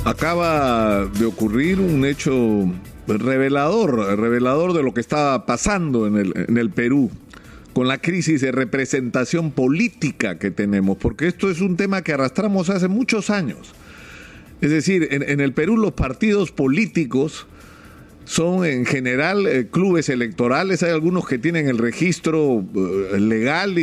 Acaba de ocurrir un hecho revelador de lo que estaba pasando en el Perú, con la crisis de representación política que tenemos, porque esto es un tema que arrastramos hace muchos años. Es decir, en el Perú los partidos políticos son en general clubes electorales. Hay algunos que tienen el registro legal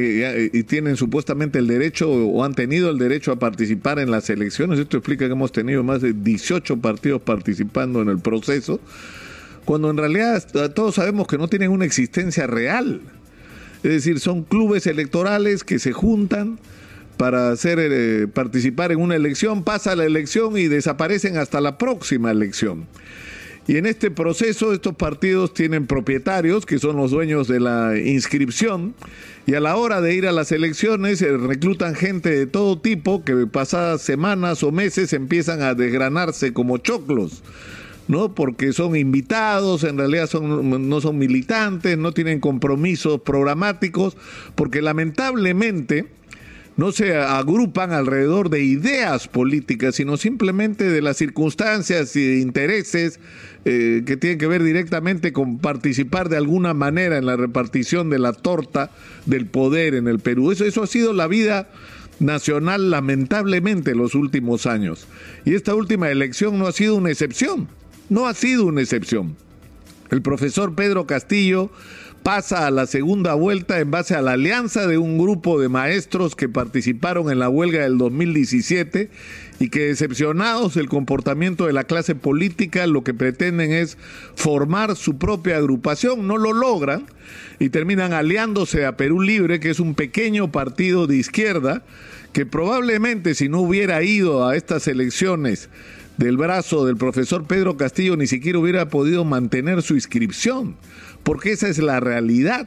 y tienen supuestamente el derecho o han tenido el derecho a participar en las elecciones. Esto explica que hemos tenido más de 18 partidos participando en el proceso, cuando en realidad todos sabemos que no tienen una existencia real. Es decir, son clubes electorales que se juntan para participar en una elección, pasa la elección y desaparecen hasta la próxima elección. Y en este proceso estos partidos tienen propietarios que son los dueños de la inscripción, y a la hora de ir a las elecciones reclutan gente de todo tipo que pasadas semanas o meses empiezan a desgranarse como choclos, ¿no? Porque son invitados, en realidad no son militantes, no tienen compromisos programáticos, porque lamentablemente no se agrupan alrededor de ideas políticas, sino simplemente de las circunstancias y de intereses que tienen que ver directamente con participar de alguna manera en la repartición de la torta del poder en el Perú. Eso ha sido la vida nacional, lamentablemente, en los últimos años. Y esta última elección no ha sido una excepción. No ha sido una excepción. El profesor Pedro Castillo pasa a la segunda vuelta en base a la alianza de un grupo de maestros que participaron en la huelga del 2017 y que, decepcionados del comportamiento de la clase política, lo que pretenden es formar su propia agrupación. No lo logran y terminan aliándose a Perú Libre, que es un pequeño partido de izquierda que probablemente, si no hubiera ido a estas elecciones del brazo del profesor Pedro Castillo, ni siquiera hubiera podido mantener su inscripción, porque esa es la realidad.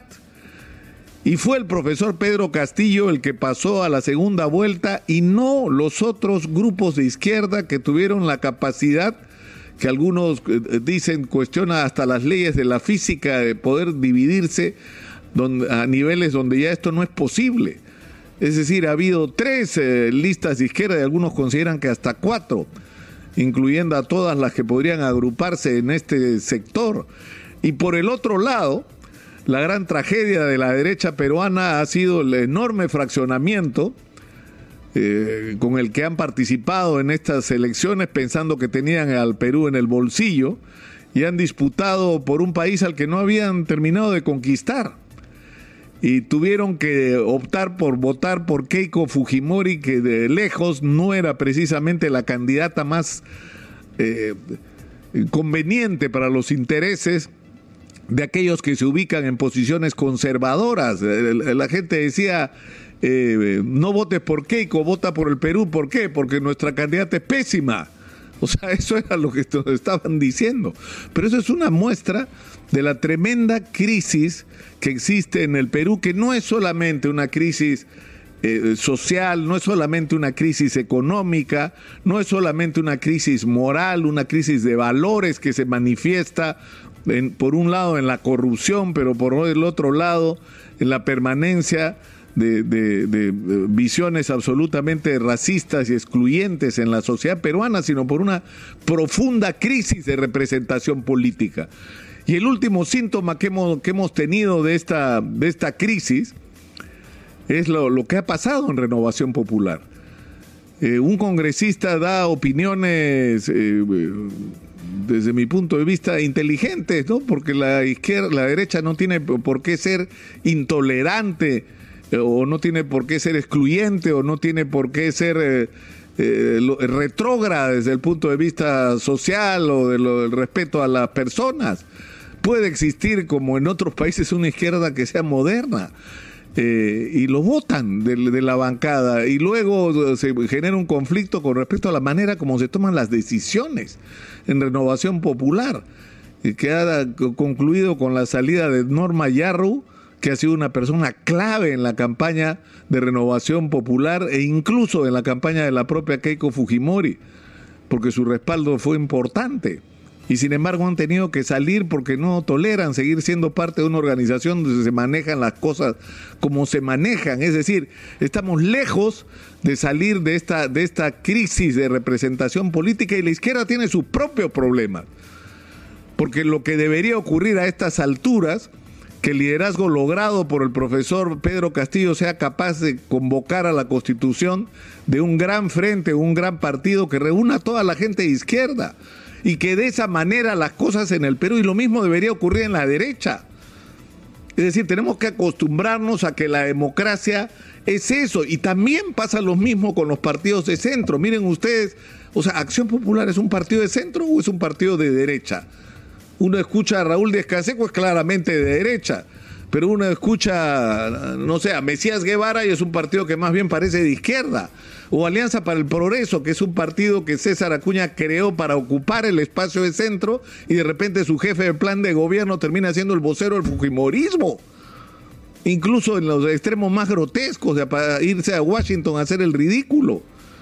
Y fue el profesor Pedro Castillo el que pasó a la segunda vuelta y no los otros grupos de izquierda que tuvieron la capacidad, que algunos dicen cuestiona hasta las leyes de la física, de poder dividirse a niveles donde ya esto no es posible. Es decir, ha habido 3 listas de izquierda y algunos consideran que hasta 4, incluyendo a todas las que podrían agruparse en este sector. Y por el otro lado, la gran tragedia de la derecha peruana ha sido el enorme fraccionamiento con el que han participado en estas elecciones pensando que tenían al Perú en el bolsillo y han disputado por un país al que no habían terminado de conquistar. Y tuvieron que optar por votar por Keiko Fujimori, que de lejos no era precisamente la candidata más conveniente para los intereses de aquellos que se ubican en posiciones conservadoras. La gente decía, no votes por Keiko, vota por el Perú. ¿Por qué? Porque nuestra candidata es pésima. O sea, eso era lo que estaban diciendo. Pero eso es una muestra de la tremenda crisis que existe en el Perú, que no es solamente una crisis social, no es solamente una crisis económica, no es solamente una crisis moral, una crisis de valores que se manifiesta por un lado en la corrupción, pero por el otro lado en la permanencia de visiones absolutamente racistas y excluyentes en la sociedad peruana, sino por una profunda crisis de representación política. Y el último síntoma que hemos tenido de esta crisis es lo que ha pasado en Renovación Popular. Un congresista da opiniones desde mi punto de vista inteligentes, ¿no? Porque la derecha no tiene por qué ser intolerante, o no tiene por qué ser excluyente, o no tiene por qué ser retrógrada desde el punto de vista social o del respeto a las personas. Puede existir, como en otros países, una izquierda que sea moderna, y lo votan de la bancada, y luego se genera un conflicto con respecto a la manera como se toman las decisiones en Renovación Popular, que ha concluido con la salida de Norma Yarru, que ha sido una persona clave en la campaña de Renovación Popular e incluso en la campaña de la propia Keiko Fujimori, porque su respaldo fue importante. y sin embargo han tenido que salir porque no toleran seguir siendo parte de una organización donde se manejan las cosas como se manejan. Es decir, estamos lejos de salir de esta crisis de representación política, y la izquierda tiene sus propios problemas. Porque lo que debería ocurrir a estas alturas, que el liderazgo logrado por el profesor Pedro Castillo sea capaz de convocar a la constitución de un gran frente, un gran partido que reúna a toda la gente de izquierda, y que de esa manera las cosas en el Perú, y lo mismo debería ocurrir en la derecha. Es decir, tenemos que acostumbrarnos a que la democracia es eso, y también pasa lo mismo con los partidos de centro. Miren ustedes, o sea, ¿Acción Popular es un partido de centro o es un partido de derecha? Uno escucha a Raúl Díaz Canseco, es claramente de derecha, pero uno escucha, no sé, a Mesías Guevara y es un partido que más bien parece de izquierda. O Alianza para el Progreso, que es un partido que César Acuña creó para ocupar el espacio de centro, y de repente su jefe de plan de gobierno termina siendo el vocero del fujimorismo. Incluso en los extremos más grotescos, de irse a Washington a hacer el ridículo.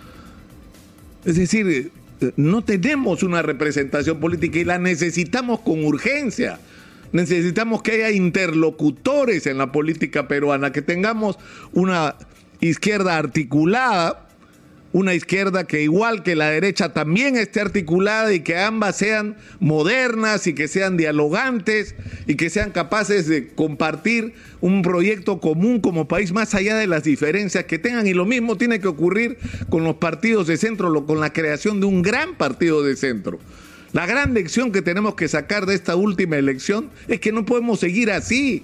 Es decir, no tenemos una representación política y la necesitamos con urgencia. Necesitamos que haya interlocutores en la política peruana, que tengamos una izquierda articulada, una izquierda que, igual que la derecha, también esté articulada, y que ambas sean modernas y que sean dialogantes y que sean capaces de compartir un proyecto común como país más allá de las diferencias que tengan. Y lo mismo tiene que ocurrir con los partidos de centro, con la creación de un gran partido de centro. La gran lección que tenemos que sacar de esta última elección es que no podemos seguir así.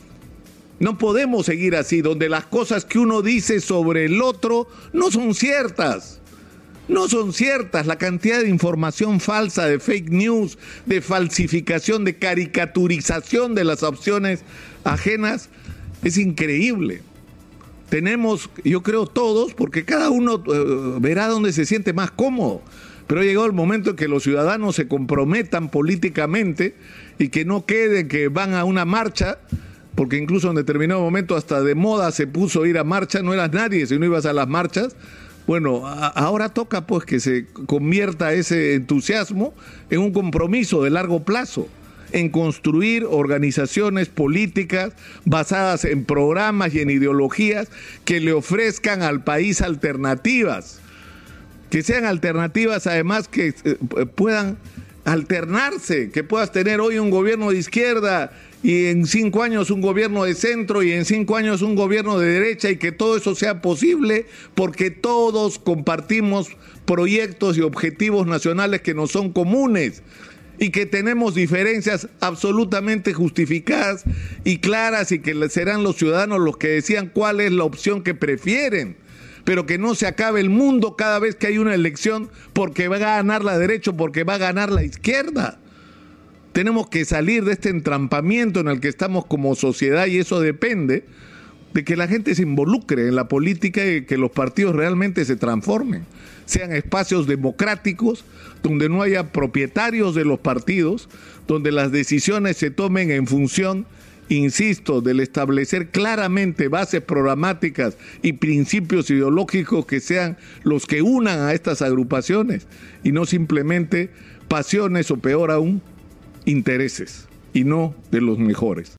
No podemos seguir así, donde las cosas que uno dice sobre el otro no son ciertas. No son ciertas. La cantidad de información falsa, de fake news, de falsificación, de caricaturización de las opciones ajenas es increíble. Tenemos, yo creo todos, porque cada uno verá dónde se siente más cómodo, pero ha llegado el momento en que los ciudadanos se comprometan políticamente y que no quede que van a una marcha, porque incluso en determinado momento hasta de moda se puso ir a marcha, no eras nadie si no ibas a las marchas. Bueno, ahora toca pues que se convierta ese entusiasmo en un compromiso de largo plazo, en construir organizaciones políticas basadas en programas y en ideologías que le ofrezcan al país alternativas, que sean alternativas además que puedan alternarse, que puedas tener hoy un gobierno de izquierda y en 5 años un gobierno de centro y en 5 años un gobierno de derecha, y que todo eso sea posible porque todos compartimos proyectos y objetivos nacionales que nos son comunes, y que tenemos diferencias absolutamente justificadas y claras, y que serán los ciudadanos los que decidan cuál es la opción que prefieren. Pero que no se acabe el mundo cada vez que hay una elección porque va a ganar la derecha o porque va a ganar la izquierda. Tenemos que salir de este entrampamiento en el que estamos como sociedad, y eso depende de que la gente se involucre en la política y que los partidos realmente se transformen, sean espacios democráticos donde no haya propietarios de los partidos, donde las decisiones se tomen en función, insisto, del establecer claramente bases programáticas y principios ideológicos que sean los que unan a estas agrupaciones, y no simplemente pasiones o, peor aún, intereses, y no de los mejores.